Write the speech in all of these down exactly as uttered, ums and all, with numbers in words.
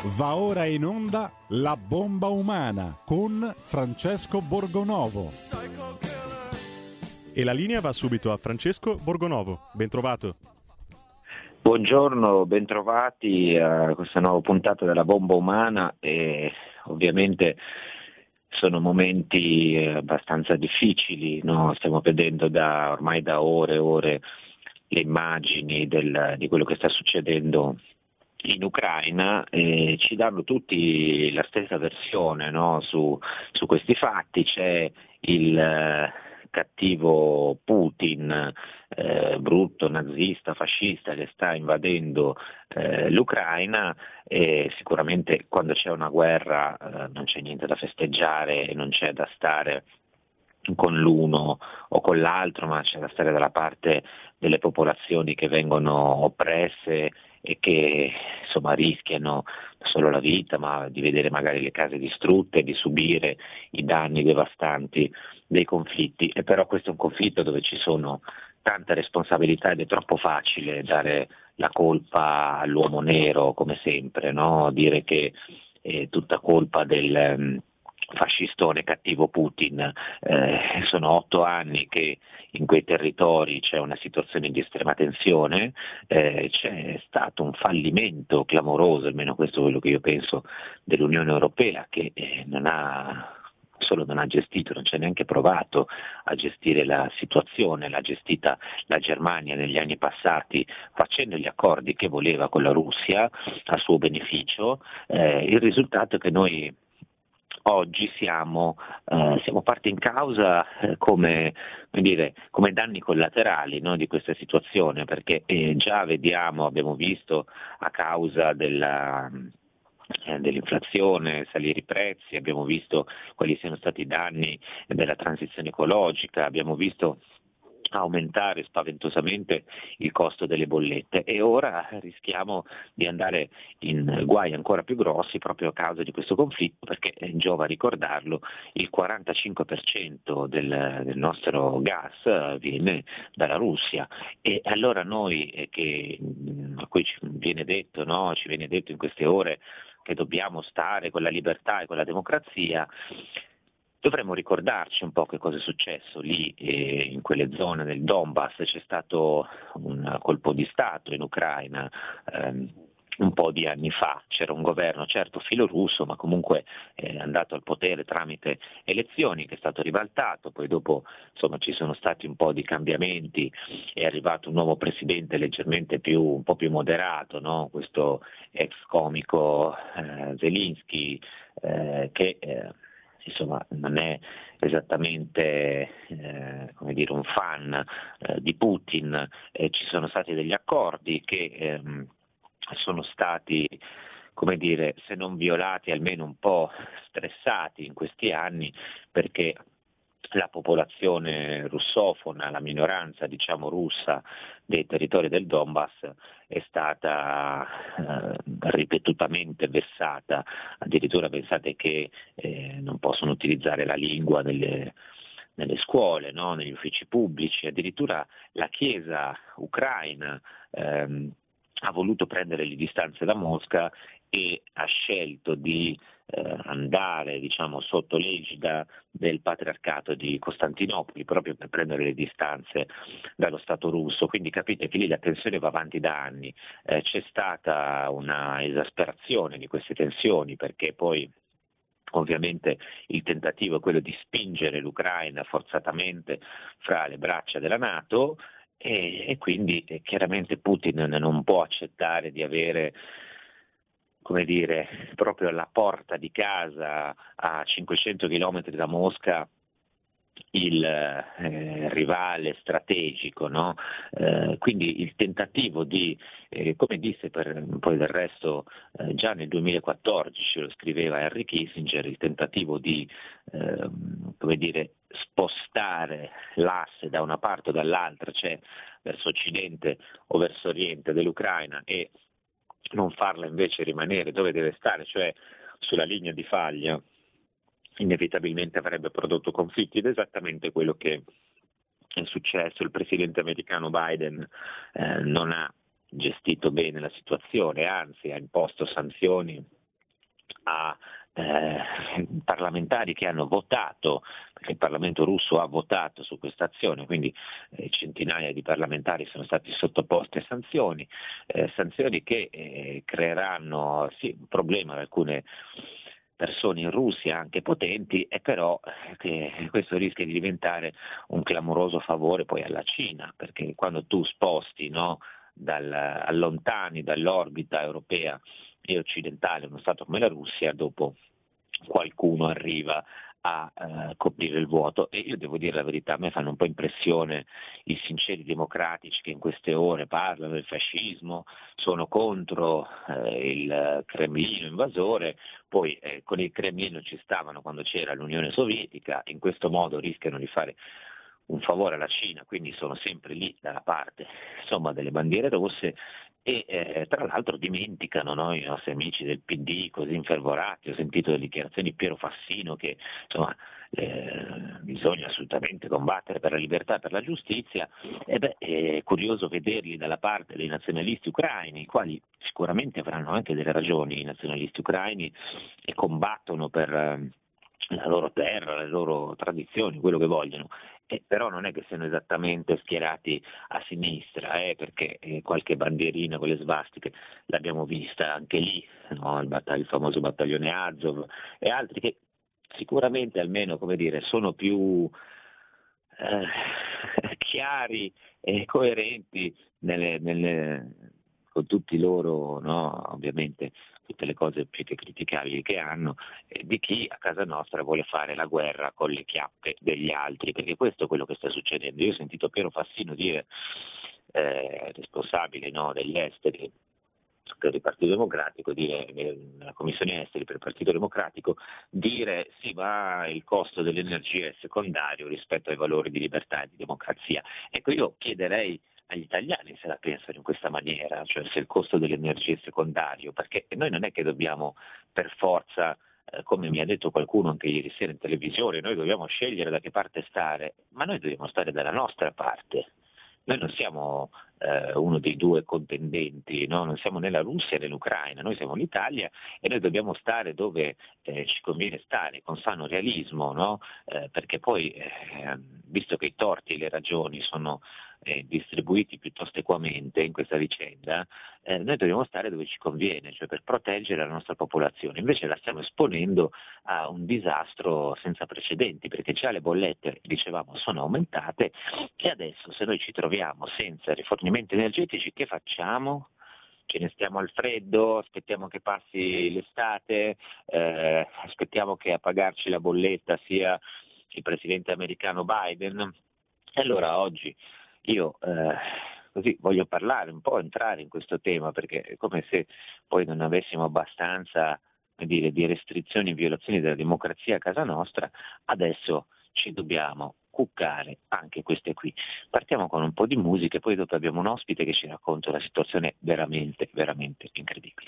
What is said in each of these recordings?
Va ora in onda La bomba umana con Francesco Borgonovo. E la linea va subito a Francesco Borgonovo. Ben trovato. Buongiorno, bentrovati a questa nuova puntata della bomba umana. E ovviamente sono momenti abbastanza difficili, no? Stiamo vedendo da, ormai da ore e ore le immagini del, di quello che sta succedendo in Ucraina, e ci danno tutti la stessa versione, no? su, su questi fatti. C'è il eh, cattivo Putin, eh, brutto, nazista, fascista, che sta invadendo eh, l'Ucraina, e sicuramente quando c'è una guerra eh, non c'è niente da festeggiare e non c'è da stare con l'uno o con l'altro, ma c'è da stare dalla parte delle popolazioni che vengono oppresse e che insomma rischiano non solo la vita, ma di vedere magari le case distrutte, di subire i danni devastanti dei conflitti. E però questo è un conflitto dove ci sono tante responsabilità ed è troppo facile dare la colpa all'uomo nero, come sempre, no? Dire che è tutta colpa del um, fascistone cattivo Putin. Eh, sono otto anni che in quei territori c'è una situazione di estrema tensione, eh, c'è stato un fallimento clamoroso, almeno questo è quello che io penso, dell'Unione Europea, che eh, non ha solo non ha gestito, non ci ha neanche provato a gestire la situazione. L'ha gestita la Germania negli anni passati facendo gli accordi che voleva con la Russia a suo beneficio. Eh, il risultato è che noi oggi siamo, eh, siamo parte in causa eh, come, come, dire, come danni collaterali, no, di questa situazione, perché eh, già vediamo, abbiamo visto a causa della, eh, dell'inflazione salire i prezzi, abbiamo visto quali siano stati i danni della transizione ecologica, abbiamo visto aumentare spaventosamente il costo delle bollette, e ora rischiamo di andare in guai ancora più grossi proprio a causa di questo conflitto, perché eh, giova ricordarlo, il quarantacinque per cento del, del nostro gas viene dalla Russia, e allora noi eh, che a cui ci viene detto, no, ci viene detto in queste ore che dobbiamo stare con la libertà e con la democrazia, dovremmo ricordarci un po' che cosa è successo lì, eh, in quelle zone del Donbass. C'è stato un colpo di Stato in Ucraina ehm, un po' di anni fa, c'era un governo certo filorusso, ma comunque è andato al potere tramite elezioni, che è stato ribaltato, poi dopo insomma ci sono stati un po' di cambiamenti, è arrivato un nuovo presidente leggermente più, un po' più moderato, no? Questo ex comico eh, Zelensky, eh, che eh, insomma non è esattamente eh, come dire, un fan eh, di Putin. Eh, ci sono stati degli accordi che ehm, sono stati, come dire, se non violati almeno un po' stressati in questi anni, perché la popolazione russofona, la minoranza diciamo russa dei territori del Donbass è stata eh, ripetutamente vessata. Addirittura pensate che eh, non possono utilizzare la lingua nelle, nelle scuole, no? Negli uffici pubblici. Addirittura la Chiesa ucraina ehm, ha voluto prendere le distanze da Mosca e ha scelto di eh, andare diciamo sotto l'egida del patriarcato di Costantinopoli, proprio per prendere le distanze dallo Stato russo. Quindi capite che lì la tensione va avanti da anni. Eh, c'è stata una esasperazione di queste tensioni, perché poi ovviamente il tentativo è quello di spingere l'Ucraina forzatamente fra le braccia della NATO, e, e quindi eh, chiaramente Putin non può accettare di avere, come dire, proprio alla porta di casa, a cinquecento chilometri da Mosca, il eh, rivale strategico, no? Eh, quindi il tentativo di, eh, come disse per, poi del resto eh, già nel duemilaquattordici, lo scriveva Henry Kissinger, il tentativo di eh, come dire, spostare l'asse da una parte o dall'altra, cioè verso occidente o verso oriente dell'Ucraina, e non farla invece rimanere dove deve stare, cioè sulla linea di faglia, inevitabilmente avrebbe prodotto conflitti, ed è esattamente quello che è successo. Il presidente americano Biden eh, non ha gestito bene la situazione, anzi ha imposto sanzioni a eh, parlamentari che hanno votato, perché il Parlamento russo ha votato su questa azione, quindi eh, centinaia di parlamentari sono stati sottoposti a sanzioni, eh, sanzioni che eh, creeranno sì, un problema ad alcune persone in Russia anche potenti, e però eh, che questo rischia di diventare un clamoroso favore poi alla Cina, perché quando tu sposti, no, dal, allontani dall'orbita europea e occidentale uno Stato come la Russia, dopo qualcuno arriva a eh, coprire il vuoto. E io devo dire la verità, a me fanno un po' impressione i sinceri democratici che in queste ore parlano del fascismo, sono contro eh, il Cremlino invasore, poi eh, con il Cremlino ci stavano quando c'era l'Unione Sovietica, in questo modo rischiano di fare un favore alla Cina, quindi sono sempre lì dalla parte, insomma, delle bandiere rosse, e eh, tra l'altro dimenticano, no, i nostri amici del P D così infervorati. Ho sentito le dichiarazioni di Piero Fassino che insomma eh, bisogna assolutamente combattere per la libertà e per la giustizia, e beh, è curioso vederli dalla parte dei nazionalisti ucraini, i quali sicuramente avranno anche delle ragioni, i nazionalisti ucraini, e combattono per eh, la loro terra, le loro tradizioni, quello che vogliono. Eh, però non è che siano esattamente schierati a sinistra, eh, perché eh, qualche bandierina con le svastiche l'abbiamo vista anche lì, no? il, battag- il famoso battaglione Azov e altri che sicuramente almeno, come dire, sono più eh, chiari e coerenti nelle, nelle, con tutti i loro, no? Ovviamente tutte le cose più che criticabili che hanno, eh, di chi a casa nostra vuole fare la guerra con le chiappe degli altri, perché questo è quello che sta succedendo. Io ho sentito Piero Fassino dire, eh, responsabile, no, degli esteri per il Partito Democratico, dire, nella Commissione Esteri per il Partito Democratico, dire sì, ma il costo dell'energia è secondario rispetto ai valori di libertà e di democrazia. Ecco, io chiederei agli italiani se la pensano in questa maniera, cioè se il costo dell'energia è secondario, perché noi non è che dobbiamo per forza, eh, come mi ha detto qualcuno anche ieri sera in televisione, noi dobbiamo scegliere da che parte stare, ma noi dobbiamo stare dalla nostra parte. Noi non siamo eh, uno dei due contendenti, no? Non siamo né la Russia né l'Ucraina, noi siamo l'Italia e noi dobbiamo stare dove eh, ci conviene stare, con sano realismo, no? eh, perché poi, eh, visto che i torti e le ragioni sono eh, distribuiti piuttosto equamente in questa vicenda, eh, noi dobbiamo stare dove ci conviene, cioè per proteggere la nostra popolazione. Invece la stiamo esponendo a un disastro senza precedenti, perché già le bollette, dicevamo, sono aumentate, e adesso se noi ci troviamo senza rifornimenti energetici, che facciamo? Ce ne stiamo al freddo, aspettiamo che passi l'estate, eh, aspettiamo che a pagarci la bolletta sia il presidente americano Biden. E allora oggi io eh, così voglio parlare un po', entrare in questo tema, perché è come se poi non avessimo abbastanza, come dire, di restrizioni e violazioni della democrazia a casa nostra. Adesso ci dobbiamo cuccare anche queste qui. Partiamo con un po' di musica e poi dopo abbiamo un ospite che ci racconta una situazione veramente, veramente incredibile.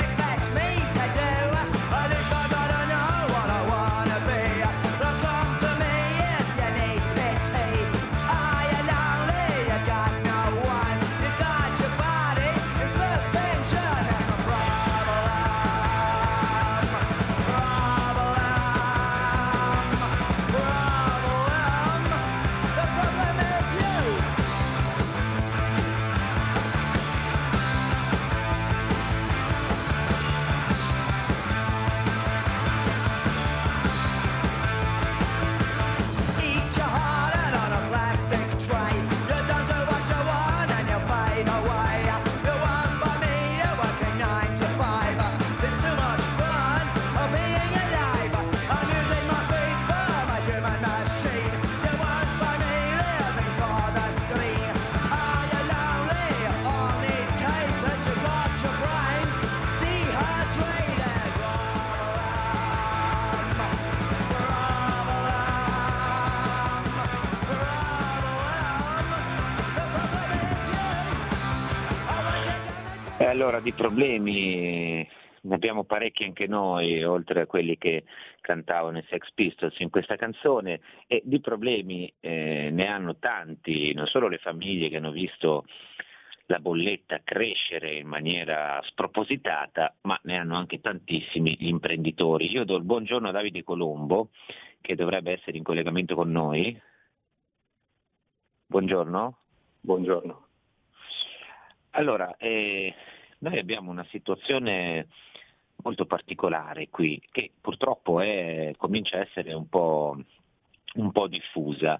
Come to Eh, allora, di problemi ne abbiamo parecchi anche noi, oltre a quelli che cantavano i Sex Pistols in questa canzone, e di problemi eh, ne hanno tanti, non solo le famiglie che hanno visto la bolletta crescere in maniera spropositata, ma ne hanno anche tantissimi gli imprenditori. Io do il buongiorno a Davide Colombo, che dovrebbe essere in collegamento con noi. Buongiorno. Buongiorno. Allora, eh, noi abbiamo una situazione molto particolare qui, che purtroppo è, comincia a essere un po', un po' diffusa.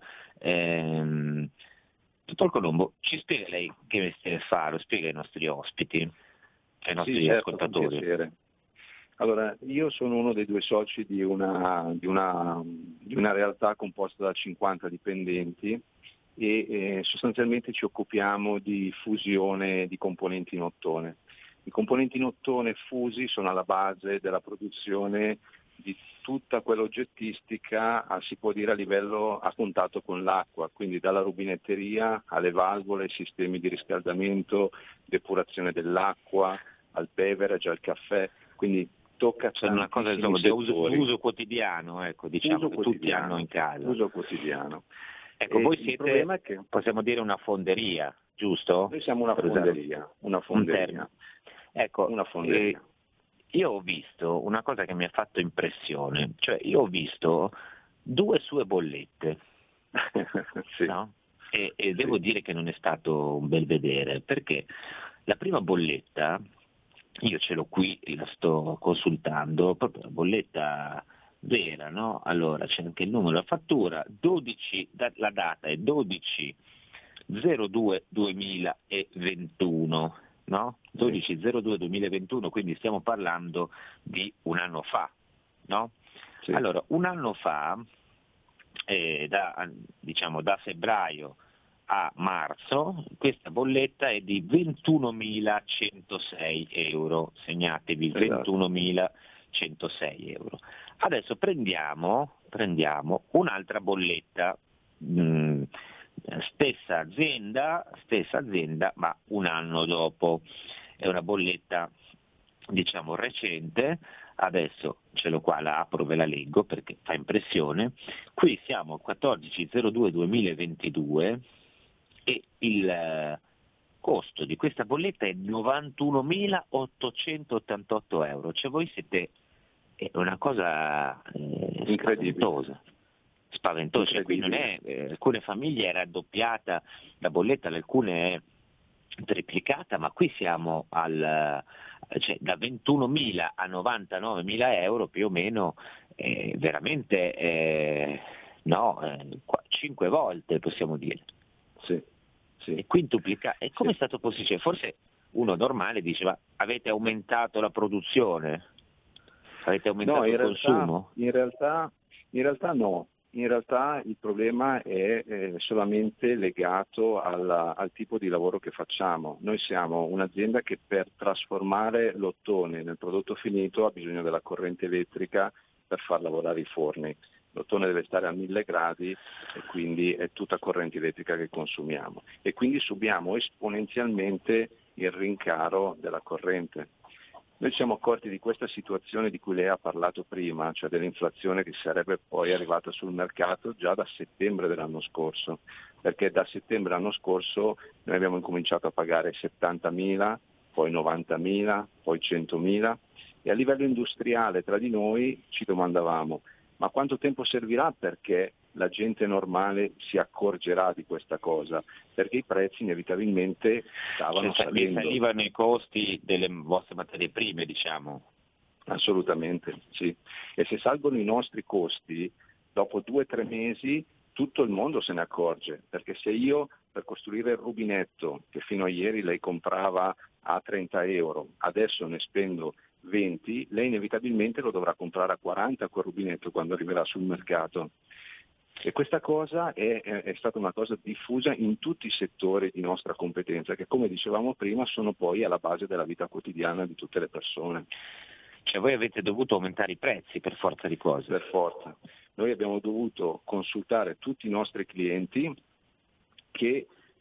Ehm, Dottor Colombo, ci spiega lei che mestiere fa, lo spiega ai nostri ospiti, ai nostri sì, certo, ascoltatori. Con piacere. Allora, io sono uno dei due soci di una, di una, di una realtà composta da cinquanta dipendenti e eh, sostanzialmente ci occupiamo di fusione di componenti in ottone. I componenti in ottone fusi sono alla base della produzione di tutta quell'oggettistica, si può dire a livello a contatto con l'acqua, quindi dalla rubinetteria alle valvole, sistemi di riscaldamento, depurazione dell'acqua, al beverage, al caffè, quindi tocca C'è una cosa insomma, di uso, uso quotidiano, ecco, diciamo, uso che tutti hanno in casa. Uso quotidiano. Ecco, e voi il siete, problema è che possiamo dire, una fonderia, giusto? noi siamo una Per usare fonderia, una fonderia. Ecco, una fonderia. Eh, io ho visto una cosa che mi ha fatto impressione, cioè io ho visto due sue bollette, sì. no? E, e devo Sì. dire che non è stato un bel vedere, perché la prima bolletta, io ce l'ho qui, la sto consultando, proprio la bolletta vera, no? Allora c'è anche il numero, la fattura, dodici, la data è dodici zero due duemilaventuno, no? dodici zero due duemilaventuno, quindi stiamo parlando di un anno fa, no? Sì. Allora, un anno fa, eh, da, diciamo da febbraio a marzo, questa bolletta è di ventunomilacentosei euro, segnatevi, Esatto. ventunomilacentosei euro. Adesso prendiamo, prendiamo un'altra bolletta, mh, stessa azienda, stessa azienda, ma un anno dopo. È una bolletta, diciamo, recente. Adesso ce l'ho qua, la apro, ve la leggo perché fa impressione. Qui siamo al quattordici zero due duemilaventidue e il costo di questa bolletta è novantunomilaottocentottantotto euro. Cioè voi siete, è una cosa eh, spaventosa. Spaventosa, cioè, qui non è, eh, alcune famiglie è raddoppiata la bolletta, alcune è triplicata, ma qui siamo al, cioè, da ventunomila a novantanovemila euro più o meno, eh, veramente eh, no, eh, cinque volte possiamo dire. Sì, sì. E quintuplica. E come sì. è stato possibile? Forse uno normale diceva avete aumentato la produzione, avete aumentato no, in il realtà, consumo? In realtà, in realtà no. In realtà il problema è eh, solamente legato alla, al tipo di lavoro che facciamo. Noi siamo un'azienda che per trasformare l'ottone nel prodotto finito ha bisogno della corrente elettrica per far lavorare i forni. L'ottone deve stare a mille gradi e quindi è tutta corrente elettrica che consumiamo. E quindi subiamo esponenzialmente il rincaro della corrente. Noi ci siamo accorti di questa situazione di cui lei ha parlato prima, cioè dell'inflazione che sarebbe poi arrivata sul mercato già da settembre dell'anno scorso, perché da settembre dell'anno scorso noi abbiamo incominciato a pagare settantamila, poi novantamila, poi centomila e a livello industriale tra di noi ci domandavamo ma quanto tempo servirà perché la gente normale si accorgerà di questa cosa? Perché i prezzi inevitabilmente stavano cioè, salendo. salivano i costi delle vostre materie prime, diciamo. Assolutamente, sì. E se salgono i nostri costi, dopo due o tre mesi tutto il mondo se ne accorge, perché se io per costruire il rubinetto, che fino a ieri lei comprava a trenta euro, adesso ne spendo venti, lei inevitabilmente lo dovrà comprare a quaranta quel rubinetto quando arriverà sul mercato. E questa cosa è, è stata una cosa diffusa in tutti i settori di nostra competenza, che come dicevamo prima sono poi alla base della vita quotidiana di tutte le persone. Cioè voi avete dovuto aumentare i prezzi per forza di cose? Per forza. Noi abbiamo dovuto consultare tutti i nostri clienti che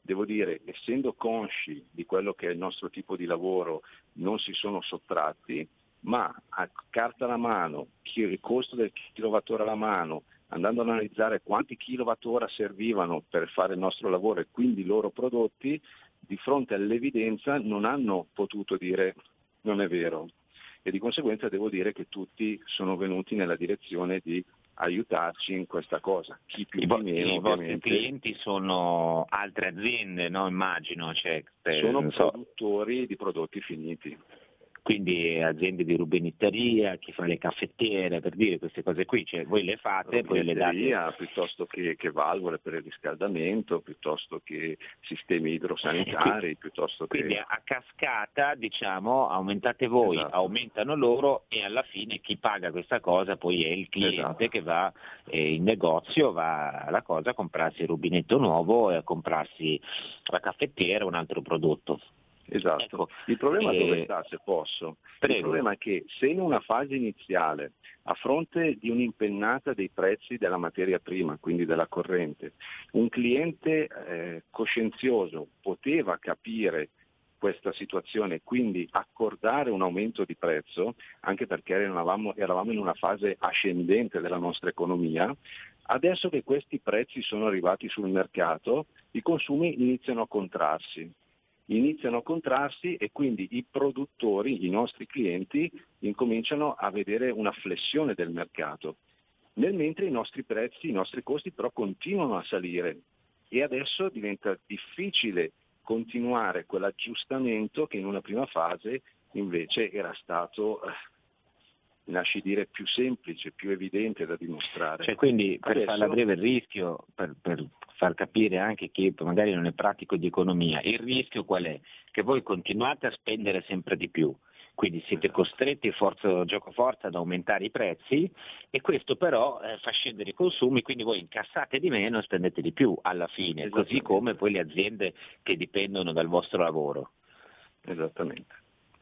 devo dire, essendo consci di quello che è il nostro tipo di lavoro, non si sono sottratti, ma a carta alla mano, il costo del kilowattora alla mano, andando ad analizzare quanti kilowattora servivano per fare il nostro lavoro e quindi i loro prodotti, di fronte all'evidenza non hanno potuto dire non è vero. E di conseguenza devo dire che tutti sono venuti nella direzione di aiutarci in questa cosa. Chi più I, chi meno, i vostri ovviamente. clienti sono altre aziende, no? Immagino. Cioè, per, sono so. produttori di prodotti finiti. Quindi aziende di rubinetteria, chi fa le caffettiere, per dire queste cose qui, cioè voi le fate, poi le date. Piuttosto che, che valvole per il riscaldamento, piuttosto che sistemi idrosanitari, quindi, piuttosto che... Quindi a cascata, diciamo, aumentate voi, esatto. aumentano loro e alla fine chi paga questa cosa poi è il cliente, esatto. che va eh, in negozio, va alla cosa a comprarsi il rubinetto nuovo e a comprarsi la caffettiera o un altro prodotto. Esatto, ecco, il problema eh, dove sta, se posso? Prego. Il problema è che se in una fase iniziale, a fronte di un'impennata dei prezzi della materia prima, quindi della corrente, un cliente eh, coscienzioso poteva capire questa situazione e quindi accordare un aumento di prezzo, anche perché eravamo, eravamo in una fase ascendente della nostra economia, adesso che questi prezzi sono arrivati sul mercato, i consumi iniziano a contrarsi. iniziano a contrarsi e quindi i produttori, i nostri clienti, incominciano a vedere una flessione del mercato, nel mentre i nostri prezzi, i nostri costi però continuano a salire e adesso diventa difficile continuare quell'aggiustamento che in una prima fase invece era stato, lasci dire, più semplice, più evidente da dimostrare. Cioè quindi, per adesso, farla breve, il rischio, per, per far capire anche chi magari non è pratico di economia, il rischio qual è? Che voi continuate a spendere sempre di più, quindi siete costretti forza, gioco forza ad aumentare i prezzi e questo però eh, fa scendere i consumi, quindi voi incassate di meno e spendete di più alla fine, così come poi le aziende che dipendono dal vostro lavoro. Esattamente.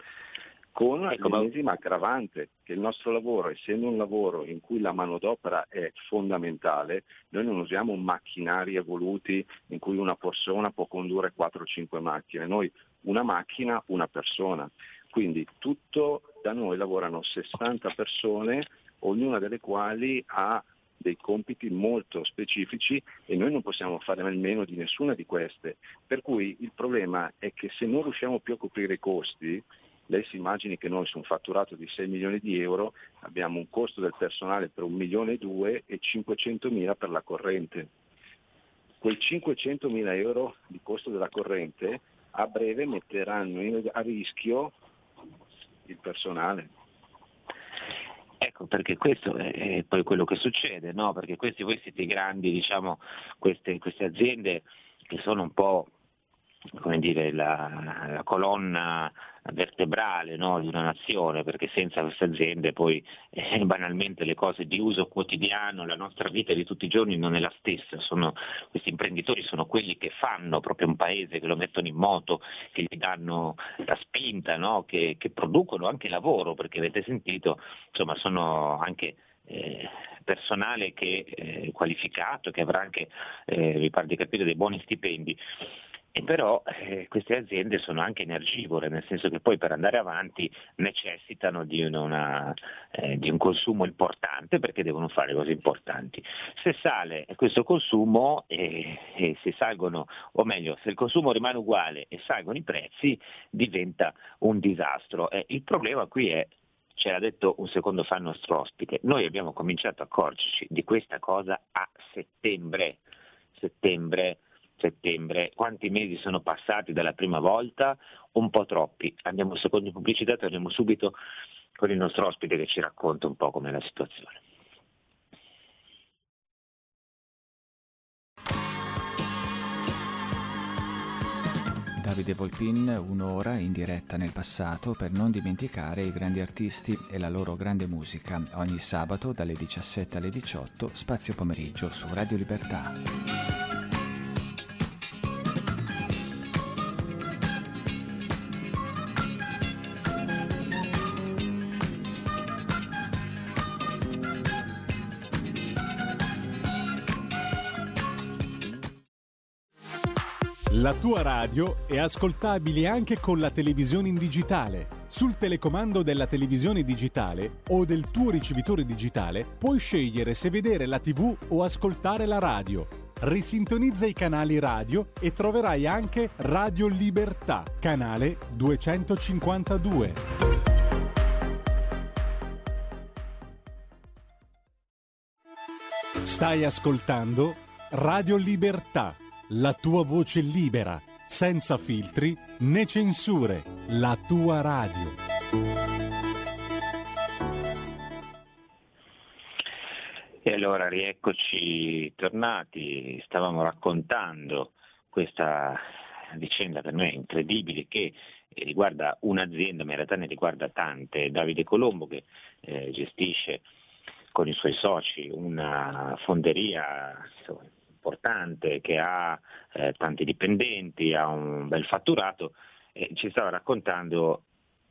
Con ecco, l'ennesima aggravante che il nostro lavoro, essendo un lavoro in cui la manodopera è fondamentale, noi non usiamo macchinari evoluti in cui una persona può condurre quattro cinque macchine, noi una macchina, una persona. Quindi tutto da noi lavorano sessanta persone, ognuna delle quali ha dei compiti molto specifici e noi non possiamo fare meno di nessuna di queste. Per cui il problema è che se non riusciamo più a coprire i costi, lei si immagini che noi su un fatturato di sei milioni di euro abbiamo un costo del personale per un milione e due e cinquecentomila per la corrente. Quei cinquecentomila euro di costo della corrente a breve metteranno a rischio il personale. Ecco, perché questo è poi quello che succede, no? Perché questi voi siete grandi, diciamo, queste, queste aziende che sono un po', come dire, la, la colonna vertebrale, no, di una nazione, perché senza queste aziende poi eh, banalmente le cose di uso quotidiano, la nostra vita di tutti i giorni non è la stessa. Sono, questi imprenditori sono quelli che fanno proprio un paese, che lo mettono in moto, che gli danno la spinta, no, che, che producono anche lavoro, perché avete sentito, insomma, sono anche eh, personale che eh, qualificato, che avrà anche, eh, mi pare di capire, dei buoni stipendi. E però eh, queste aziende sono anche energivore, nel senso che poi per andare avanti necessitano di, una, eh, di un consumo importante perché devono fare cose importanti. Se sale questo consumo e, e se salgono, o meglio, se il consumo rimane uguale e salgono i prezzi, diventa un disastro. Eh, il problema qui è, ce l'ha detto un secondo fa il nostro ospite, noi abbiamo cominciato a accorgerci di questa cosa a settembre, settembre, settembre, quanti mesi sono passati dalla prima volta? Un po' troppi. Andiamo un secondo in pubblicità e torniamo subito con il nostro ospite che ci racconta un po' com'è la situazione. Davide Volpin, un'ora in diretta nel passato per non dimenticare i grandi artisti e la loro grande musica. Ogni sabato dalle diciassette alle diciotto, Spazio Pomeriggio su Radio Libertà. La tua radio è ascoltabile anche con la televisione in digitale. Sul telecomando della televisione digitale o del tuo ricevitore digitale puoi scegliere se vedere la tivù o ascoltare la radio. Risintonizza i canali radio e troverai anche Radio Libertà, canale duecentocinquantadue. Stai ascoltando Radio Libertà, la tua voce libera, senza filtri né censure, la tua radio. E allora rieccoci tornati, stavamo raccontando questa vicenda per noi incredibile che riguarda un'azienda, ma in realtà ne riguarda tante. Davide Colombo che eh, gestisce con i suoi soci una fonderia insomma, importante che ha eh, tanti dipendenti, ha un bel fatturato e ci stava raccontando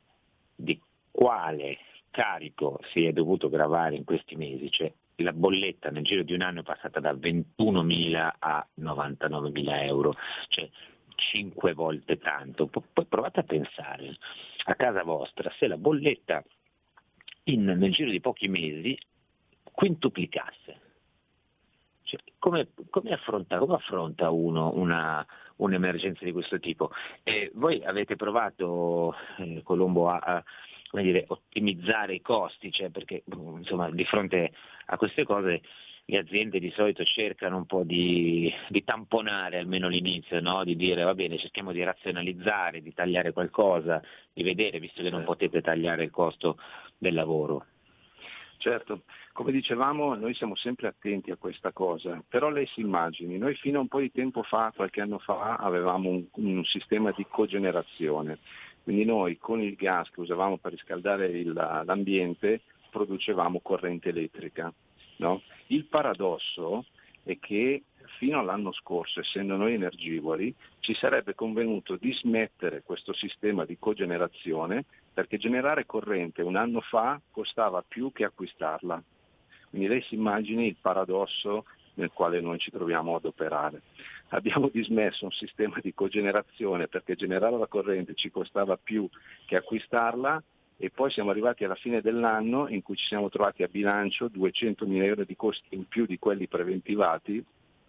di quale carico si è dovuto gravare in questi mesi, cioè la bolletta nel giro di un anno è passata da ventunomila a novantanovemila euro, cioè cinque volte tanto. Poi provate a pensare a casa vostra se la bolletta in, nel giro di pochi mesi quintuplicasse. Cioè, come, come, affronta, come affronta uno una, un'emergenza di questo tipo? Eh, voi avete provato, eh, Colombo, a, a come dire, ottimizzare i costi, cioè perché insomma di fronte a queste cose le aziende di solito cercano un po' di, di tamponare almeno l'inizio, no? Di dire va bene, cerchiamo di razionalizzare, di tagliare qualcosa, di vedere, visto che non potete tagliare il costo del lavoro. Certo, come dicevamo noi siamo sempre attenti a questa cosa, però lei si immagini, noi fino a un po' di tempo fa, qualche anno fa, avevamo un, un sistema di cogenerazione, quindi noi con il gas che usavamo per riscaldare il, l'ambiente producevamo corrente elettrica. No? Il paradosso è che fino all'anno scorso, essendo noi energivori, ci sarebbe convenuto di smettere questo sistema di cogenerazione perché generare corrente un anno fa costava più che acquistarla. Quindi lei si immagini il paradosso nel quale noi ci troviamo ad operare. Abbiamo dismesso un sistema di cogenerazione perché generare la corrente ci costava più che acquistarla e poi siamo arrivati alla fine dell'anno in cui ci siamo trovati a bilancio duecentomila euro di costi in più di quelli preventivati,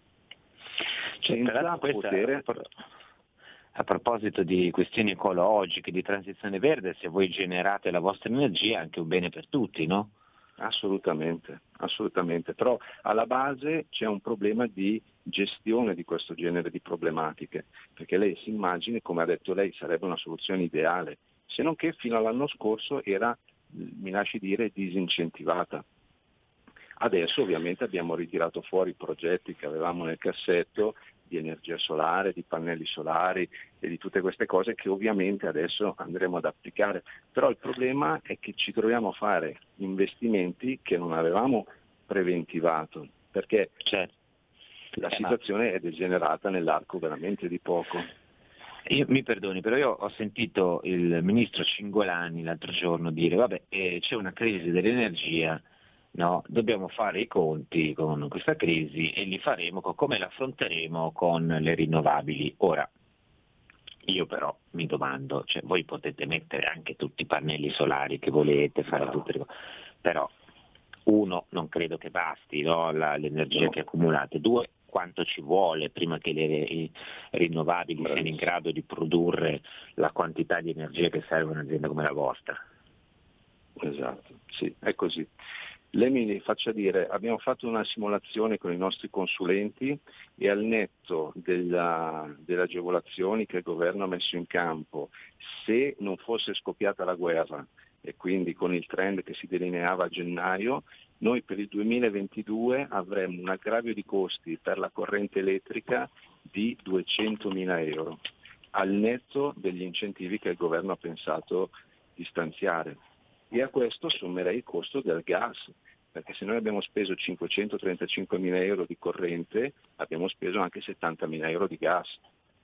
senza poter... A proposito di questioni ecologiche, di transizione verde, se voi generate la vostra energia è anche un bene per tutti, no? Assolutamente, assolutamente, però alla base c'è un problema di gestione di questo genere di problematiche, perché lei si immagini, come ha detto lei, sarebbe una soluzione ideale, se non che fino all'anno scorso era, mi lasci dire, disincentivata. Adesso ovviamente abbiamo ritirato fuori i progetti che avevamo nel cassetto di energia solare, di pannelli solari e di tutte queste cose che ovviamente adesso andremo ad applicare. Però il problema è che ci troviamo a fare investimenti che non avevamo preventivato, perché certo. la situazione è degenerata nell'arco veramente di poco. Io, mi perdoni, però io ho sentito il ministro Cingolani l'altro giorno dire vabbè eh, c'è una crisi dell'energia, no, dobbiamo fare i conti con questa crisi e li faremo, come la affronteremo con le rinnovabili. Ora, io però mi domando, cioè voi potete mettere anche tutti i pannelli solari che volete, fare tutte le cose, però uno, non credo che basti, no, la, l'energia che accumulate, due, quanto ci vuole prima che le, le rinnovabili Bravissimo. siano in grado di produrre la quantità di energia che serve a un'azienda come la vostra. Esatto, sì, è così. Lei mi faccia dire, abbiamo fatto una simulazione con i nostri consulenti e al netto della, delle agevolazioni che il governo ha messo in campo, se non fosse scoppiata la guerra e quindi con il trend che si delineava a gennaio, noi per il duemilaventidue avremmo un aggravio di costi per la corrente elettrica di duecentomila euro, al netto degli incentivi che il governo ha pensato di stanziare. E a questo sommerei il costo del gas, perché se noi abbiamo speso cinquecentotrentacinquemila euro di corrente, abbiamo speso anche settantamila euro di gas.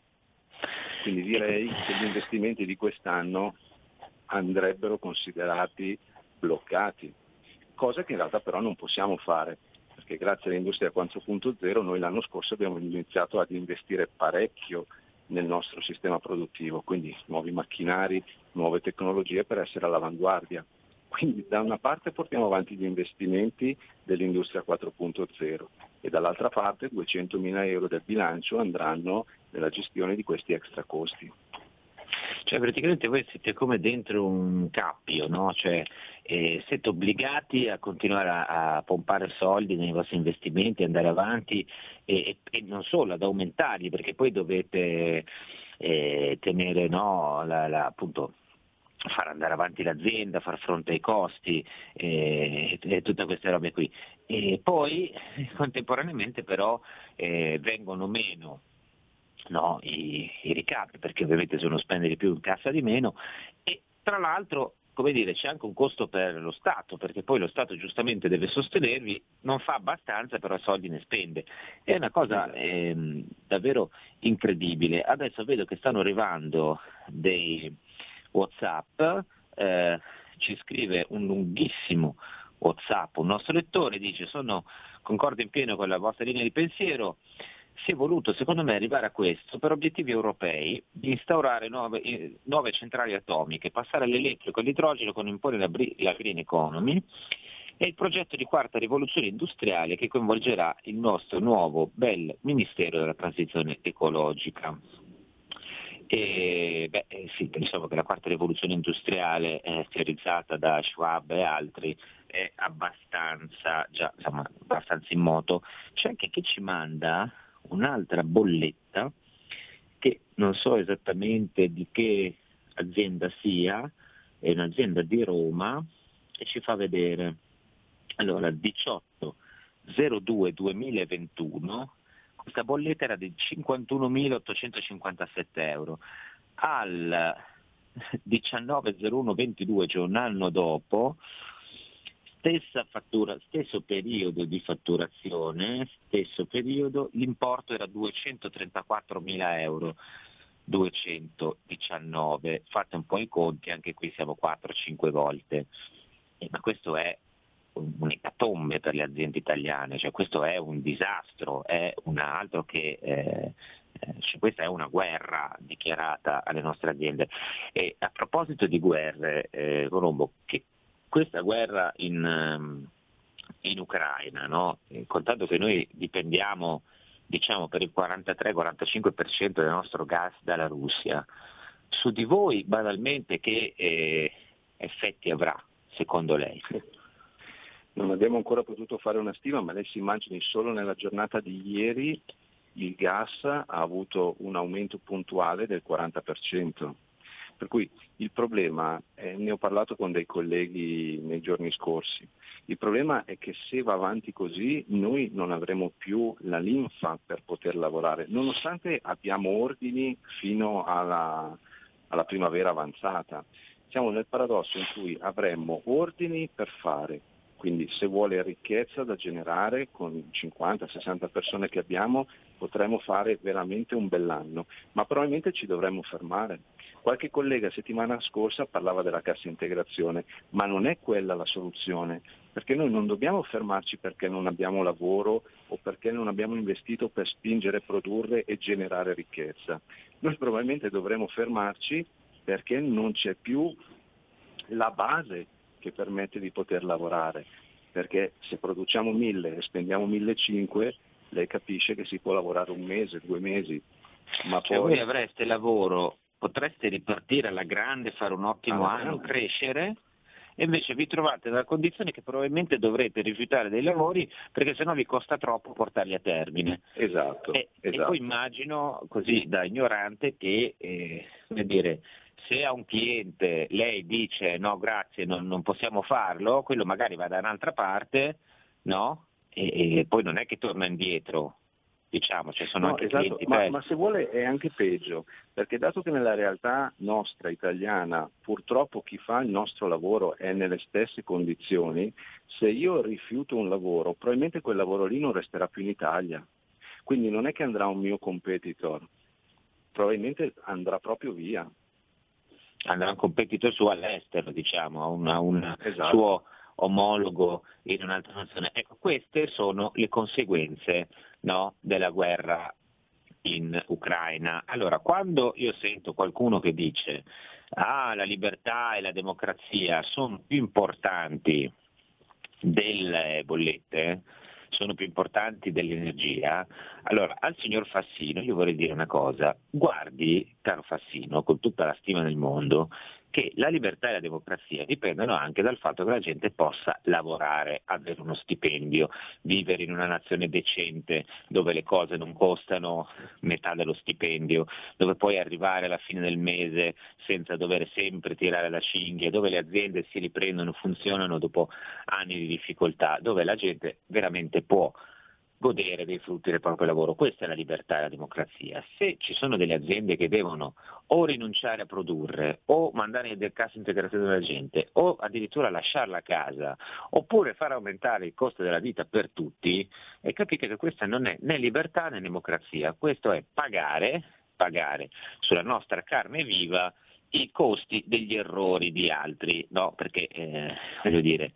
Quindi direi che gli investimenti di quest'anno andrebbero considerati bloccati, cosa che in realtà però non possiamo fare, perché grazie all'industria quattro punto zero noi l'anno scorso abbiamo iniziato ad investire parecchio nel nostro sistema produttivo, quindi nuovi macchinari, nuove tecnologie per essere all'avanguardia. Quindi da una parte portiamo avanti gli investimenti dell'industria quattro punto zero e dall'altra parte duecentomila euro del bilancio andranno nella gestione di questi extra costi. Cioè praticamente voi siete come dentro un cappio, no? Cioè eh, siete obbligati a continuare a, a pompare soldi nei vostri investimenti, andare avanti e, e, e non solo, ad aumentarli, perché poi dovete eh, tenere, no, la, la, appunto, far andare avanti l'azienda, far fronte ai costi eh, e tutte queste robe qui. E poi contemporaneamente però eh, vengono meno no, i, i ricavi, perché ovviamente sono spendere più in cassa di meno, e tra l'altro, come dire, c'è anche un costo per lo Stato, perché poi lo Stato giustamente deve sostenervi, non fa abbastanza, però soldi ne spende. È una cosa eh, davvero incredibile. Adesso vedo che stanno arrivando dei WhatsApp, eh, ci scrive un lunghissimo WhatsApp, un nostro lettore dice: sono concordo in pieno con la vostra linea di pensiero. Si è voluto, secondo me, arrivare a questo per obiettivi europei, di instaurare nuove, eh, nuove centrali atomiche, passare all'elettrico e all'idrogeno con imporre la, la green economy, e il progetto di quarta rivoluzione industriale che coinvolgerà il nostro nuovo bel Ministero della Transizione Ecologica. E, beh, sì, pensiamo che la quarta rivoluzione industriale eh, teorizzata da Schwab e altri è abbastanza, già, insomma, abbastanza in moto. C'è anche chi ci manda un'altra bolletta che non so esattamente di che azienda sia, è un'azienda di Roma e ci fa vedere, allora diciotto zero due duemilaventuno questa bolletta era di cinquantunomilaottocentocinquantasette euro, al diciannove zero uno ventidue, cioè un anno dopo, stessa fattura, stesso periodo di fatturazione, stesso periodo, l'importo era duecentotrentaquattromila euro, duecentodiciannove, fate un po' i conti, anche qui siamo quattro cinque volte, eh, ma questo è un'ecatombe per le aziende italiane, cioè questo è un disastro, è un altro che eh, cioè questa è una guerra dichiarata alle nostre aziende. E a proposito di guerre, eh, Colombo, che questa guerra in, in Ucraina, no? Eh, contando che noi dipendiamo, diciamo, per il quarantatré quarantacinque per cento del nostro gas dalla Russia, su di voi banalmente che eh, effetti avrà secondo lei? Non abbiamo ancora potuto fare una stima, ma lei si immagini solo nella giornata di ieri il gas ha avuto un aumento puntuale del quaranta per cento. Per cui il problema, eh, ne ho parlato con dei colleghi nei giorni scorsi, il problema è che se va avanti così noi non avremo più la linfa per poter lavorare, nonostante abbiamo ordini fino alla, alla primavera avanzata. Siamo nel paradosso in cui avremmo ordini per fare, quindi se vuole ricchezza da generare con cinquanta sessanta persone che abbiamo potremmo fare veramente un bell'anno, ma probabilmente ci dovremmo fermare. Qualche collega settimana scorsa parlava della cassa integrazione, ma non è quella la soluzione, perché noi non dobbiamo fermarci perché non abbiamo lavoro o perché non abbiamo investito per spingere, produrre e generare ricchezza. Noi probabilmente dovremo fermarci perché non c'è più la base che permette di poter lavorare, perché se produciamo mille e spendiamo millecinquecento, lei capisce che si può lavorare un mese, due mesi, ma cioè poi... voi avreste lavoro, potreste ripartire alla grande, fare un ottimo alla anno, grande. crescere, e invece vi trovate nella condizione che probabilmente dovrete rifiutare dei lavori perché sennò vi costa troppo portarli a termine. Esatto, E, esatto. e poi immagino, così da ignorante, che eh, come dire, se a un cliente lei dice no grazie, non, non possiamo farlo, quello magari va da un'altra parte, no? E, e poi non è che torna indietro, diciamo, ci sono No, anche esatto, clienti ma, per... ma se vuole è anche peggio, perché dato che nella realtà nostra italiana purtroppo chi fa il nostro lavoro è nelle stesse condizioni, se io rifiuto un lavoro probabilmente quel lavoro lì non resterà più in Italia, quindi non è che andrà un mio competitor, probabilmente andrà proprio via. Andrà un competitor suo all'estero, diciamo, a un, a un Esatto. suo omologo in un'altra nazione. Ecco, queste sono le conseguenze, no, della guerra in Ucraina. Allora, quando io sento qualcuno che dice ah, la libertà e la democrazia sono più importanti delle bollette, sono più importanti dell'energia, allora al signor Fassino io vorrei dire una cosa: guardi, caro Fassino, con tutta la stima del mondo, che la libertà e la democrazia dipendono anche dal fatto che la gente possa lavorare, avere uno stipendio, vivere in una nazione decente dove le cose non costano metà dello stipendio, dove puoi arrivare alla fine del mese senza dover sempre tirare la cinghia, dove le aziende si riprendono, funzionano dopo anni di difficoltà, dove la gente veramente può godere dei frutti del proprio lavoro. Questa è la libertà e la democrazia. Se ci sono delle aziende che devono o rinunciare a produrre o mandare in cassa integrazione della gente o addirittura lasciarla a casa oppure far aumentare il costo della vita per tutti, e capite che questa non è né libertà né democrazia, questo è pagare, pagare sulla nostra carne viva i costi degli errori di altri, no? Perché eh, voglio dire,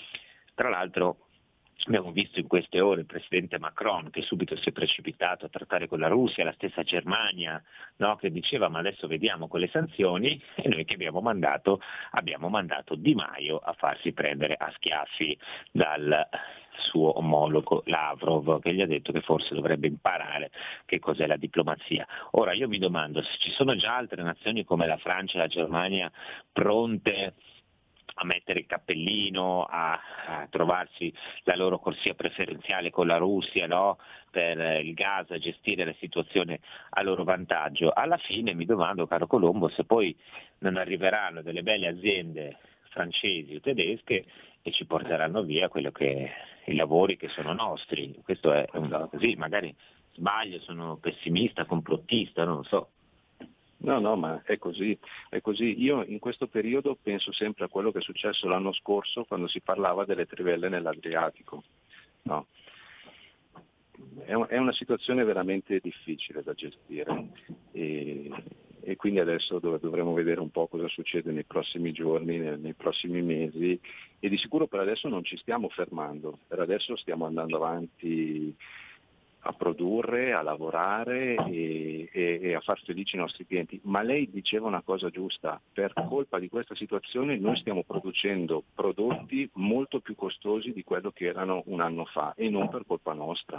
tra l'altro abbiamo visto in queste ore il presidente Macron che subito si è precipitato a trattare con la Russia, la stessa Germania, no? Che diceva ma adesso vediamo con le sanzioni, e noi che abbiamo mandato, abbiamo mandato Di Maio a farsi prendere a schiaffi dal suo omologo Lavrov, che gli ha detto che forse dovrebbe imparare che cos'è la diplomazia. Ora io mi domando se ci sono già altre nazioni come la Francia e la Germania pronte a mettere il cappellino, a, a trovarsi la loro corsia preferenziale con la Russia, no? Per il gas, a gestire la situazione a loro vantaggio. Alla fine mi domando, caro Colombo, se poi non arriveranno delle belle aziende francesi o tedesche e ci porteranno via quello che i lavori che sono nostri. Questo è un, così, magari sbaglio, sono pessimista, complottista, non lo so. No, no, ma è così, è così. Io in questo periodo penso sempre a quello che è successo l'anno scorso quando si parlava delle trivelle nell'Adriatico. No. È, un, è una situazione veramente difficile da gestire e, e quindi adesso dov- dovremo vedere un po' cosa succede nei prossimi giorni, nei, nei prossimi mesi, e di sicuro per adesso non ci stiamo fermando, per adesso stiamo andando avanti a produrre, a lavorare e, e, e a far felici i nostri clienti. Ma lei diceva una cosa giusta: per colpa di questa situazione noi stiamo producendo prodotti molto più costosi di quello che erano un anno fa, e non per colpa nostra.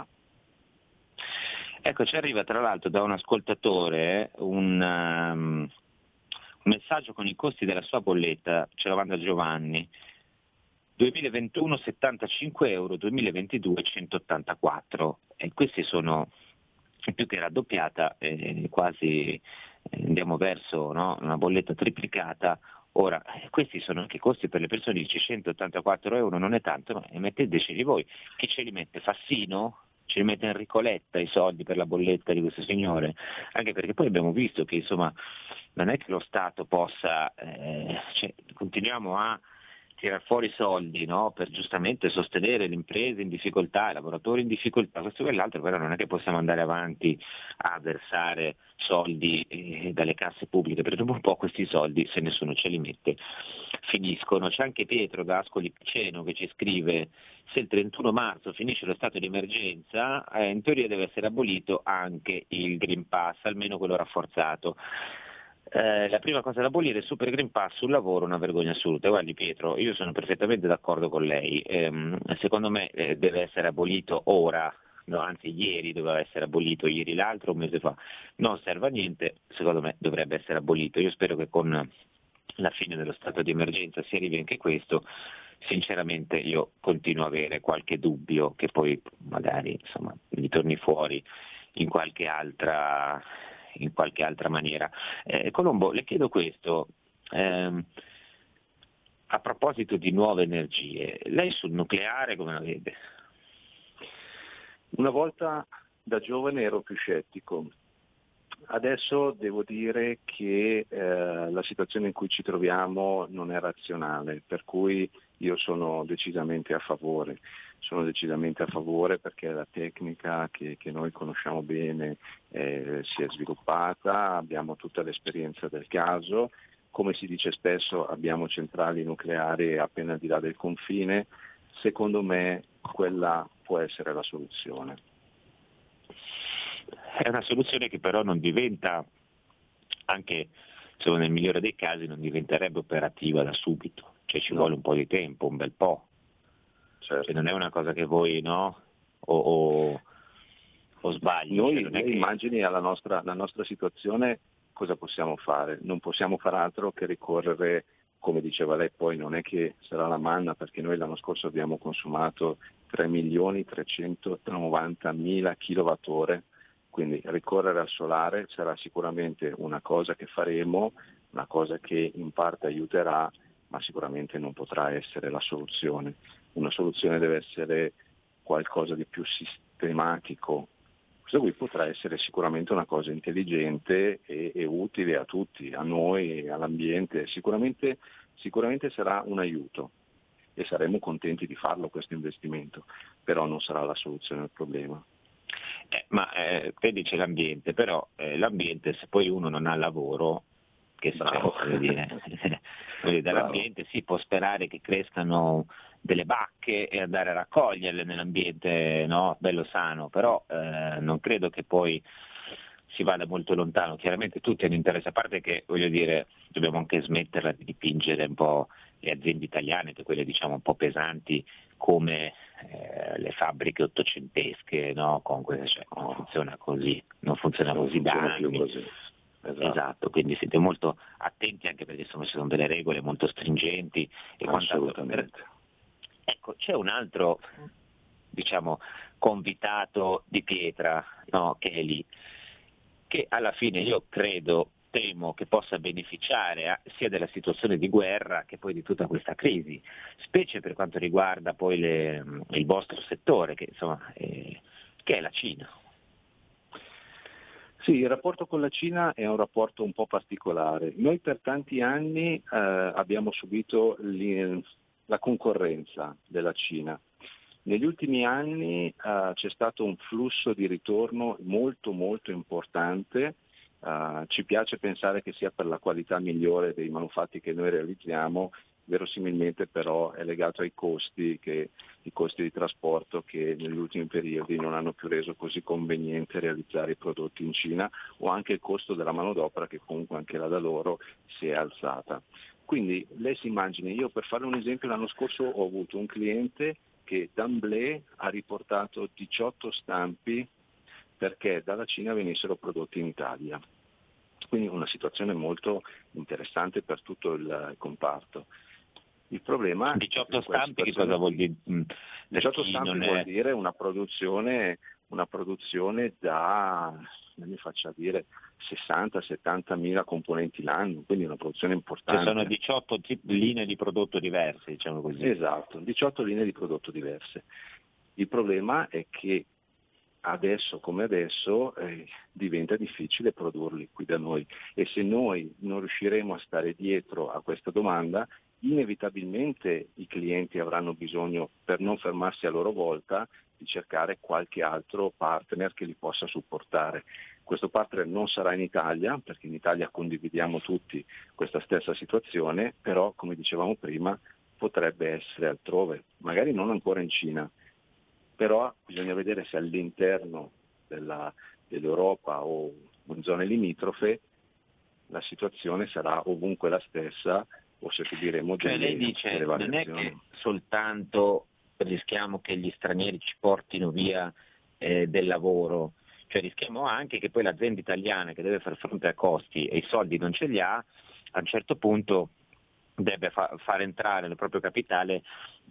Ecco, ci arriva tra l'altro da un ascoltatore un, um, un messaggio con i costi della sua bolletta, ce lo manda Giovanni. duemilaventuno settantacinque euro, duemilaventidue centottantaquattro, e questi sono più che raddoppiata, eh, quasi eh, andiamo verso, no? Una bolletta triplicata. Ora, questi sono anche costi per le persone, dice centottantaquattro euro non è tanto, ma metteteci voi, chi ce li mette? Fassino? Ce li mette Enrico Letta i soldi per la bolletta di questo signore? Anche perché poi abbiamo visto che insomma non è che lo Stato possa, eh, cioè, continuiamo a tirar fuori soldi, no? Per giustamente sostenere le imprese in difficoltà, i lavoratori in difficoltà, questo e quell'altro, però non è che possiamo andare avanti a versare soldi eh, dalle casse pubbliche, perché dopo un po' questi soldi, se nessuno ce li mette, finiscono. C'è anche Pietro da Ascoli Piceno che ci scrive: se il trentuno marzo finisce lo stato di emergenza, eh, in teoria deve essere abolito anche il Green Pass, almeno quello rafforzato. Eh, la prima cosa da abolire è il Super Green Pass sul lavoro, una vergogna assoluta. Guardi Pietro, io sono perfettamente d'accordo con lei, ehm, secondo me eh, deve essere abolito ora, no, anzi ieri doveva essere abolito, ieri l'altro, un mese fa, non serve a niente, secondo me dovrebbe essere abolito. Io spero che con la fine dello stato di emergenza si arrivi anche questo. Sinceramente io continuo a avere qualche dubbio che poi magari insomma mi torni fuori in qualche altra in qualche altra maniera. Eh, Colombo, le chiedo questo, ehm, a proposito di nuove energie, lei sul nucleare come la vede? Una volta da giovane ero più scettico, adesso devo dire che eh, la situazione in cui ci troviamo non è razionale, per cui io sono decisamente a favore. Sono decisamente a favore perché la tecnica che, che noi conosciamo bene eh, si è sviluppata, abbiamo tutta l'esperienza del caso, come si dice spesso abbiamo centrali nucleari appena al di là del confine. Secondo me quella può essere la soluzione. è una soluzione che però non diventa, anche insomma, nel migliore dei casi, non diventerebbe operativa da subito, cioè ci no. vuole un po' di tempo, un bel po'. Certo. Cioè, non è una cosa che voi, no? O, o, o sbaglio. Noi, cioè, non è che... immagini alla nostra, la nostra situazione, cosa possiamo fare? Non possiamo fare altro che ricorrere, come diceva lei, poi non è che sarà la manna, perché noi l'anno scorso abbiamo consumato tre milioni trecentonovantamila kilowattora, quindi ricorrere al solare sarà sicuramente una cosa che faremo, una cosa che in parte aiuterà, ma sicuramente non potrà essere la soluzione. Una soluzione deve essere qualcosa di più sistematico. Questo qui potrà essere sicuramente una cosa intelligente e, e utile a tutti, a noi, all'ambiente. Sicuramente, sicuramente sarà un aiuto e saremo contenti di farlo questo investimento, però non sarà la soluzione al problema. Eh, ma eh, te dice l'ambiente, però eh, l'ambiente, se poi uno non ha lavoro, che Bravo. Cioè, voglio dire, voglio dire, dall'ambiente si può sperare che crescano delle bacche e andare a raccoglierle nell'ambiente, no? Bello sano, però eh, non credo che poi si vada molto lontano. Chiaramente tutti hanno interesse, a parte che, voglio dire, dobbiamo anche smetterla di dipingere un po' le aziende italiane, che quelle diciamo un po' pesanti, come eh, le fabbriche ottocentesche, no? Con queste, cioè, non funziona così, non funziona non così da funziona anni. più così. Esatto. Esatto, quindi siete molto attenti, anche perché insomma ci sono delle regole molto stringenti e assolutamente. Ecco, c'è un altro, diciamo, convitato di pietra, no, che è lì, che alla fine io credo, temo che possa beneficiare a, sia della situazione di guerra che poi di tutta questa crisi, specie per quanto riguarda poi le, il vostro settore, che insomma è, che è la Cina. Sì, il rapporto con la Cina è un rapporto un po' particolare. Noi per tanti anni eh, abbiamo subito la concorrenza della Cina. Negli ultimi anni eh, c'è stato un flusso di ritorno molto molto importante. Uh, ci piace pensare che sia per la qualità migliore dei manufatti che noi realizziamo, verosimilmente però è legato ai costi, che, i costi di trasporto che negli ultimi periodi non hanno più reso così conveniente realizzare i prodotti in Cina, o anche il costo della manodopera che comunque anche là da loro si è alzata. Quindi lei si immagini, io per fare un esempio l'anno scorso ho avuto un cliente che d'emblée ha riportato diciotto stampi perché dalla Cina venissero prodotti in Italia. Quindi una situazione molto interessante per tutto il comparto. Il problema diciotto stampi che cosa vuol dire? diciotto stampi vuol dire una produzione, una produzione da, non mi faccia dire, sessanta settanta mila componenti l'anno, quindi una produzione importante. Ci sono diciotto linee di prodotto diverse, diciamo così. Esatto, diciotto linee di prodotto diverse. Il problema è che adesso come adesso eh, diventa difficile produrli qui da noi, e se noi non riusciremo a stare dietro a questa domanda, inevitabilmente i clienti avranno bisogno, per non fermarsi a loro volta, di cercare qualche altro partner che li possa supportare. Questo partner non sarà in Italia, perché in Italia condividiamo tutti questa stessa situazione, però come dicevamo prima potrebbe essere altrove, magari non ancora in Cina. Però bisogna vedere se all'interno della, dell'Europa o in zone limitrofe la situazione sarà ovunque la stessa, o se subiremo cioè, delle, lei dice, delle variazioni. Non è che soltanto rischiamo che gli stranieri ci portino via eh, del lavoro, cioè rischiamo anche che poi l'azienda italiana, che deve far fronte a costi e i soldi non ce li ha, a un certo punto deve fa- far entrare nel proprio capitale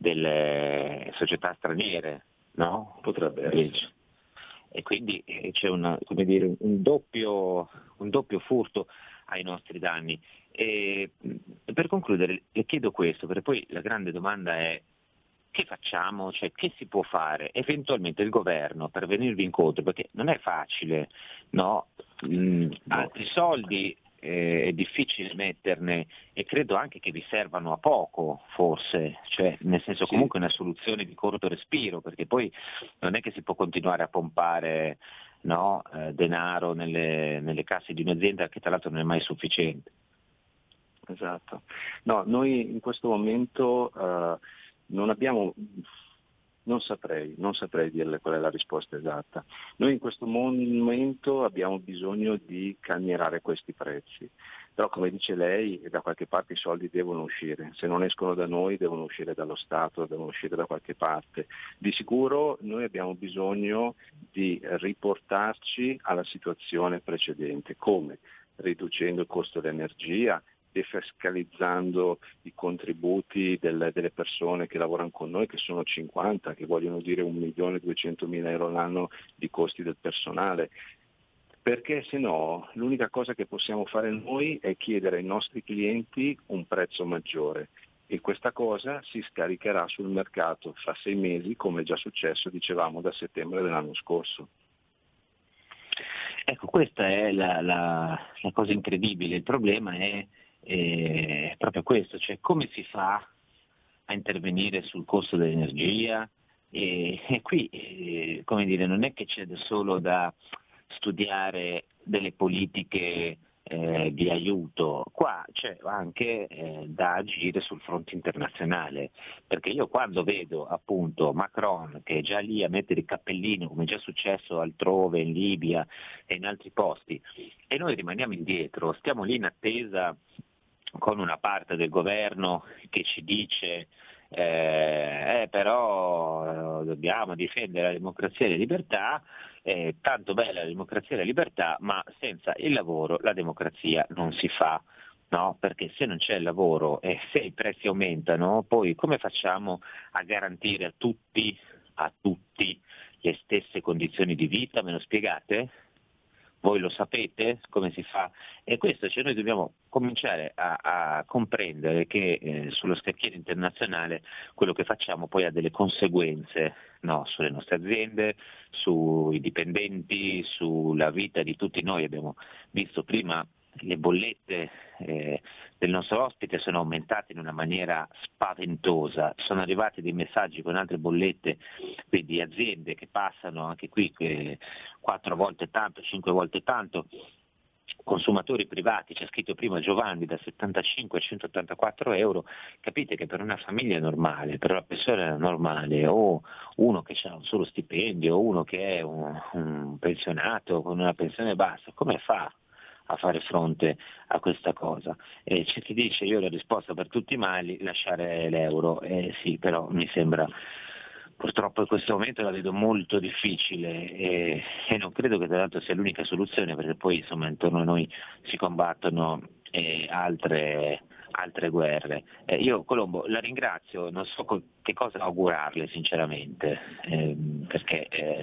delle società straniere. No? Potrebbe essere. E quindi c'è una, come dire, un, doppio, un doppio furto ai nostri danni. E per concludere le chiedo questo, perché poi la grande domanda è: che facciamo? Cioè, che si può fare eventualmente il governo per venirvi incontro? Perché non è facile, no? Mm, altri soldi eh, è difficile metterne, e credo anche che vi servano a poco, forse, cioè nel senso sì. Comunque una soluzione di corto respiro, perché poi non è che si può continuare a pompare, no, eh, denaro nelle, nelle casse di un'azienda che tra l'altro non è mai sufficiente. Esatto. No, noi in questo momento uh, non abbiamo Non saprei, non saprei dirle qual è la risposta esatta. Noi in questo momento abbiamo bisogno di calmierare questi prezzi, però come dice lei da qualche parte i soldi devono uscire, se non escono da noi devono uscire dallo Stato, devono uscire da qualche parte. Di sicuro noi abbiamo bisogno di riportarci alla situazione precedente, come? Riducendo il costo dell'energia, defiscalizzando i contributi del, delle persone che lavorano con noi, che sono cinquanta, che vogliono dire un milione e duecentomila euro l'anno di costi del personale, perché se no l'unica cosa che possiamo fare noi è chiedere ai nostri clienti un prezzo maggiore e questa cosa si scaricherà sul mercato fra sei mesi, come è già successo, dicevamo, da settembre dell'anno scorso. Ecco, questa è la, la, la cosa incredibile, il problema è è proprio questo, cioè come si fa a intervenire sul costo dell'energia e, e qui eh, come dire, non è che c'è solo da studiare delle politiche eh, di aiuto, qua c'è anche eh, da agire sul fronte internazionale, perché io quando vedo appunto Macron che è già lì a mettere il cappellino come è già successo altrove in Libia e in altri posti e noi rimaniamo indietro, stiamo lì in attesa con una parte del governo che ci dice eh, eh, però eh, dobbiamo difendere la democrazia e la libertà, eh, tanto bella la democrazia e la libertà, ma senza il lavoro la democrazia non si fa, no? Perché se non c'è il lavoro e se i prezzi aumentano, poi come facciamo a garantire a tutti, a tutti le stesse condizioni di vita? Me lo spiegate? Voi lo sapete come si fa? E questo, cioè noi dobbiamo cominciare a, a comprendere che eh, sullo scacchiere internazionale quello che facciamo poi ha delle conseguenze, no, sulle nostre aziende, sui dipendenti, sulla vita di tutti noi. Abbiamo visto prima le bollette eh, del nostro ospite sono aumentate in una maniera spaventosa, sono arrivati dei messaggi con altre bollette di aziende che passano anche qui eh, quattro volte tanto, cinque volte tanto, consumatori privati, c'è scritto prima Giovanni, da settantacinque a centottantaquattro euro, capite che per una famiglia normale, per una persona normale o uno che ha un solo stipendio o uno che è un, un pensionato con una pensione bassa, come fa a fare fronte a questa cosa? E c'è chi dice io la risposta per tutti i mali lasciare l'euro, eh sì, però mi sembra purtroppo in questo momento la vedo molto difficile e, e non credo che tra l'altro sia l'unica soluzione, perché poi insomma intorno a noi si combattono eh, altre, altre guerre. Eh, io Colombo la ringrazio, non so co- che cosa augurarle sinceramente, eh, perché eh,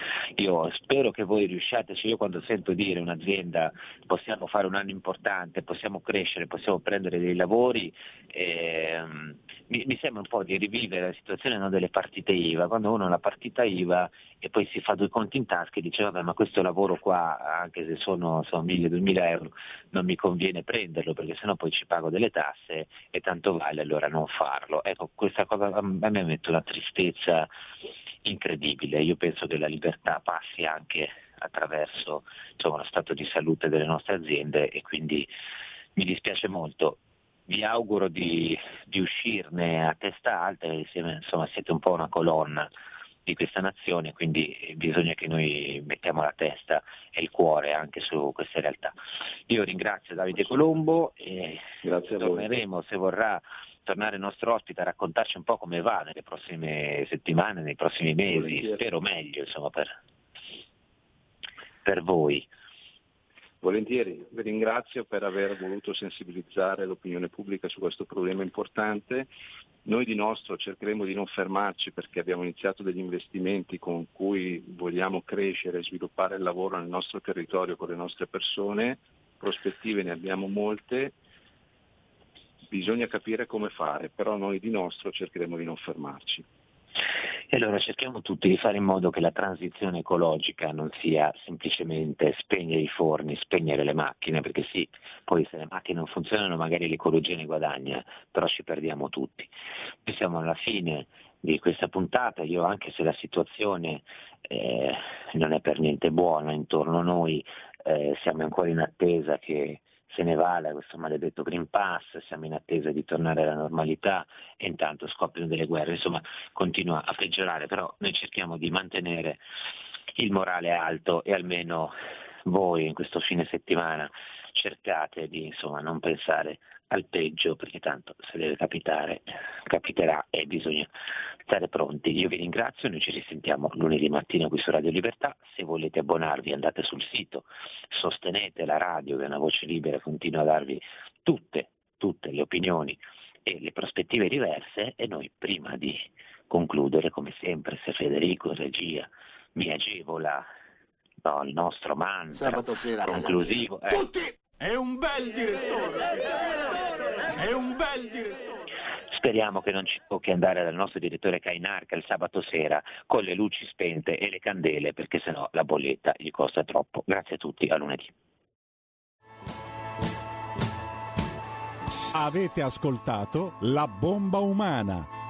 io spero che voi riusciate, cioè io quando sento dire un'azienda possiamo fare un anno importante, possiamo crescere, possiamo prendere dei lavori, eh, mi, mi sembra un po' di rivivere la situazione, no, delle partite I V A, quando uno ha una partita I V A e poi si fa due conti in tasca e dice vabbè ma questo lavoro qua anche se sono, sono mille, duemila euro non mi conviene prenderlo perché sennò poi ci pago delle tasse e tanto vale allora non farlo. Ecco, questa cosa a me mette una tristezza incredibile. Io penso che la libertà passi anche attraverso insomma, lo stato di salute delle nostre aziende e quindi mi dispiace molto. Vi auguro di, di uscirne a testa alta, insieme, insomma siete un po' una colonna di questa nazione, quindi bisogna che noi mettiamo la testa e il cuore anche su queste realtà. Io ringrazio Davide Colombo e Grazie a voi. Torneremo, se vorrà tornare il nostro ospite a raccontarci un po' come va nelle prossime settimane, nei prossimi mesi, Volentieri. Spero meglio insomma per, per voi. Volentieri, vi ringrazio per aver voluto sensibilizzare l'opinione pubblica su questo problema importante. Noi di nostro cercheremo di non fermarci perché abbiamo iniziato degli investimenti con cui vogliamo crescere e sviluppare il lavoro nel nostro territorio con le nostre persone, prospettive ne abbiamo molte, bisogna capire come fare, però noi di nostro cercheremo di non fermarci. E allora cerchiamo tutti di fare in modo che la transizione ecologica non sia semplicemente spegnere i forni, spegnere le macchine, perché sì, poi se le macchine non funzionano magari l'ecologia ne guadagna, però ci perdiamo tutti. Noi siamo alla fine di questa puntata, io anche se la situazione eh, non è per niente buona intorno a noi, eh, siamo ancora in attesa che se ne vada questo maledetto Green Pass, siamo in attesa di tornare alla normalità e intanto scoppiano delle guerre, insomma continua a peggiorare, però noi cerchiamo di mantenere il morale alto e almeno voi in questo fine settimana cercate di insomma non pensare al peggio, perché tanto se deve capitare capiterà e bisogna stare pronti. Io vi ringrazio, noi ci risentiamo lunedì mattina qui su Radio Libertà. Se volete abbonarvi andate sul sito, sostenete la radio che è una voce libera, continua a darvi tutte, tutte le opinioni e le prospettive diverse, e noi prima di concludere, come sempre, se Federico in regia mi agevola no, il nostro mantra sabato sera conclusivo eh. tutti è un bel direttore è un bel direttore. Speriamo che non ci tocchi andare dal nostro direttore Cainarca il sabato sera con le luci spente e le candele, perché sennò la bolletta gli costa troppo. Grazie a tutti, a lunedì. Avete ascoltato La Bomba Umana.